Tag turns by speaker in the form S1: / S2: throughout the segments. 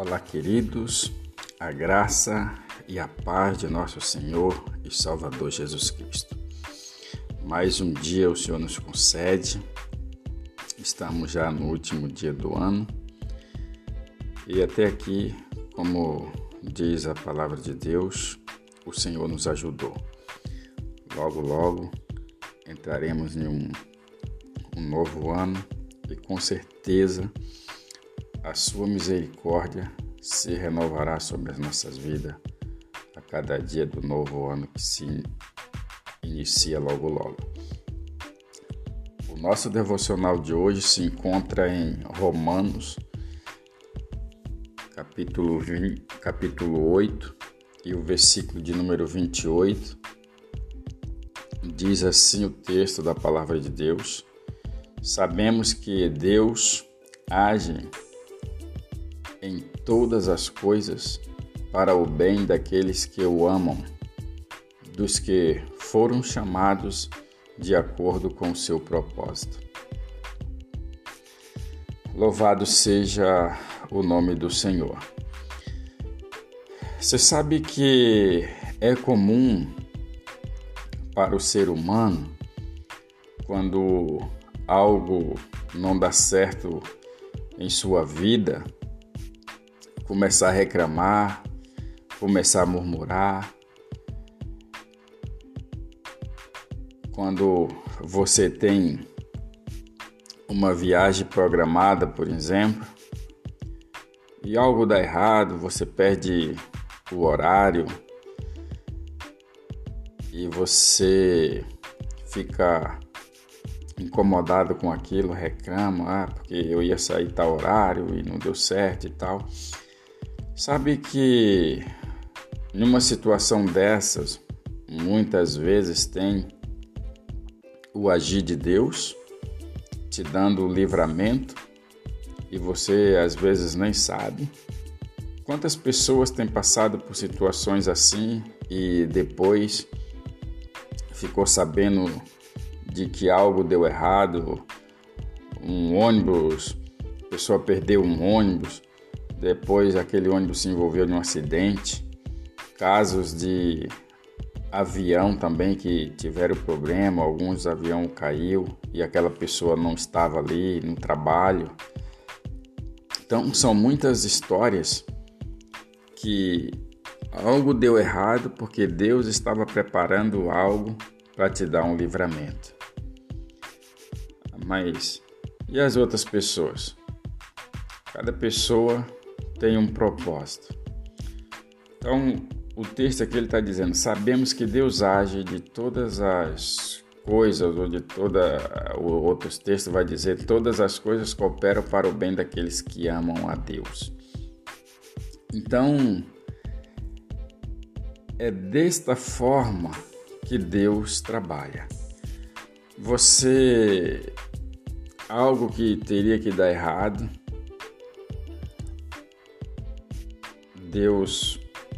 S1: Olá, queridos, a graça e a paz de nosso Senhor e Salvador Jesus Cristo. Mais um dia o Senhor nos concede, estamos já no último dia do ano e até aqui, como diz a palavra de Deus, o Senhor nos ajudou. Logo entraremos em um novo ano e com certeza a sua misericórdia se renovará sobre as nossas vidas a cada dia do novo ano que se inicia logo. O nosso devocional de hoje se encontra em Romanos, capítulo 8, e o versículo de número 28. Diz assim o texto da palavra de Deus: sabemos que Deus age em todas as coisas para o bem daqueles que o amam, dos que foram chamados de acordo com o seu propósito. Louvado seja o nome do Senhor. Você sabe que é comum para o ser humano, quando algo não dá certo em sua vida, começar a reclamar, começar a murmurar. Quando você tem uma viagem programada, por exemplo, e algo dá errado, você perde o horário e você fica incomodado com aquilo, reclama, porque eu ia sair tal horário e não deu certo e tal. Sabe que numa situação dessas, muitas vezes tem o agir de Deus te dando o livramento e você às vezes nem sabe. Quantas pessoas têm passado por situações assim e depois ficou sabendo de que algo deu errado, a pessoa perdeu um ônibus, depois aquele ônibus se envolveu em um acidente, casos de avião também que tiveram problema, alguns aviões caiu e aquela pessoa não estava ali no trabalho. Então são muitas histórias que algo deu errado porque Deus estava preparando algo para te dar um livramento. Mas e as outras pessoas? Cada pessoa tem um propósito. Então, o texto aqui ele está dizendo: sabemos que Deus age de todas as coisas, ou outros textos vai dizer, todas as coisas cooperam para o bem daqueles que amam a Deus. Então, é desta forma que Deus trabalha. Algo que teria que dar errado, Deus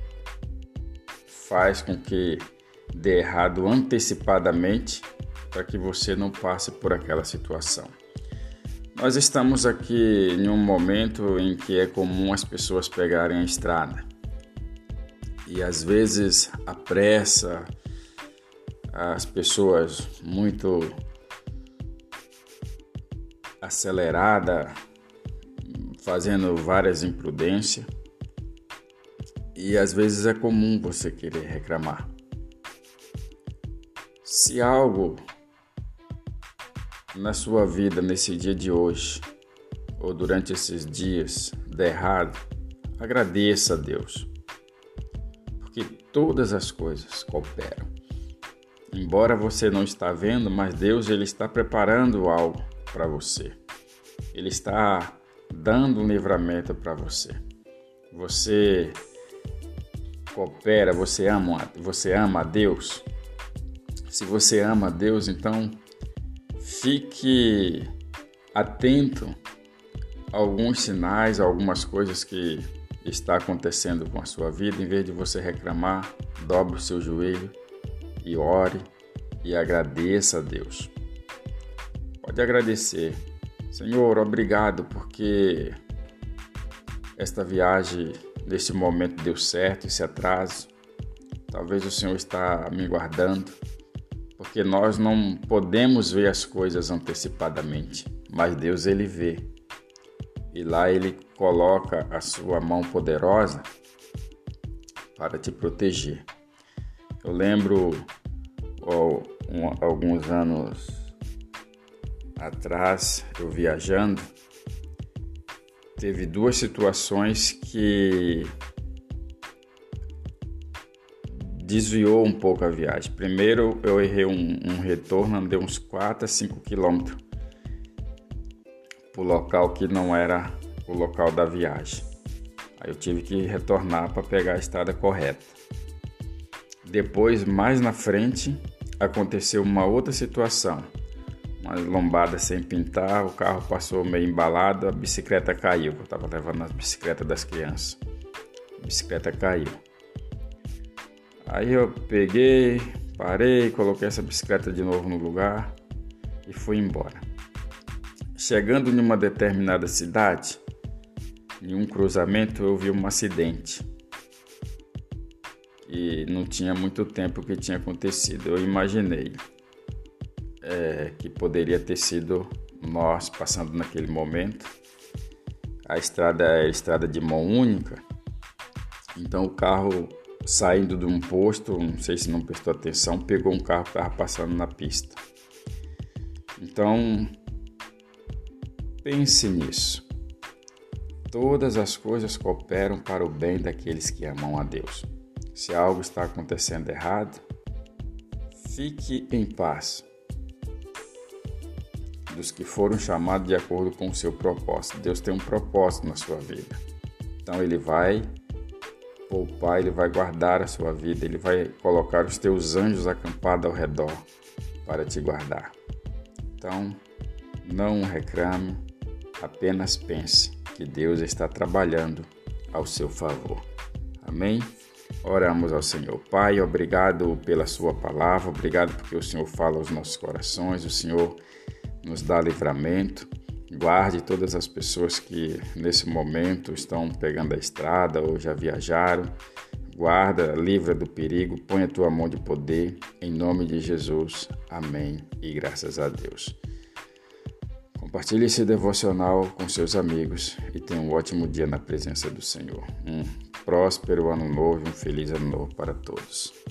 S1: faz com que dê errado antecipadamente para que você não passe por aquela situação. Nós estamos aqui em um momento em que é comum as pessoas pegarem a estrada e às vezes a pressa, as pessoas muito acelerada, fazendo várias imprudências, e às vezes é comum você querer reclamar. Se algo na sua vida nesse dia de hoje ou durante esses dias der errado, agradeça a Deus, porque todas as coisas cooperam. Embora você não está vendo, mas Deus ele está preparando algo para você. Ele está dando um livramento para você. Você coopera, você ama a Deus. Se você ama a Deus, então fique atento a alguns sinais, a algumas coisas que está acontecendo com a sua vida. Em vez de você reclamar, dobre o seu joelho e ore e agradeça a Deus. Pode agradecer. Senhor, obrigado porque esta viagem neste momento deu certo, esse atraso. Talvez o Senhor está me guardando, porque nós não podemos ver as coisas antecipadamente, mas Deus ele vê. E lá ele coloca a sua mão poderosa para te proteger. Eu lembro alguns anos atrás, eu viajando, teve duas situações que desviou um pouco a viagem. Primeiro, eu errei um retorno, andei uns 4 a 5 quilômetros para o local que não era o local da viagem. Aí eu tive que retornar para pegar a estrada correta. Depois, mais na frente, aconteceu uma outra situação. Uma lombada sem pintar, o carro passou meio embalado, a bicicleta caiu. Eu estava levando as bicicletas das crianças. A bicicleta caiu. Aí eu peguei, parei, coloquei essa bicicleta de novo no lugar e fui embora. Chegando em uma determinada cidade, em um cruzamento eu vi um acidente. E não tinha muito tempo que tinha acontecido. Eu imaginei que poderia ter sido nós passando naquele momento. A estrada é estrada de mão única, então o carro saindo de um posto, não sei se não prestou atenção, pegou um carro que estava passando na pista. Então, pense nisso. Todas as coisas cooperam para o bem daqueles que amam a Deus. Se algo está acontecendo errado, fique em paz. Dos que foram chamados de acordo com o seu propósito. Deus tem um propósito na sua vida. Então Ele vai poupar, Ele vai guardar a sua vida, Ele vai colocar os teus anjos acampados ao redor para te guardar. Então, não reclame, apenas pense que Deus está trabalhando ao seu favor. Amém? Oramos ao Senhor. Pai, obrigado pela sua palavra, obrigado porque o Senhor fala aos nossos corações, o Senhor nos dá livramento. Guarde todas as pessoas que nesse momento estão pegando a estrada ou já viajaram. Guarda, livra do perigo, põe a tua mão de poder, em nome de Jesus. Amém e graças a Deus. Compartilhe esse devocional com seus amigos e tenha um ótimo dia na presença do Senhor. Um próspero ano novo e um feliz ano novo para todos.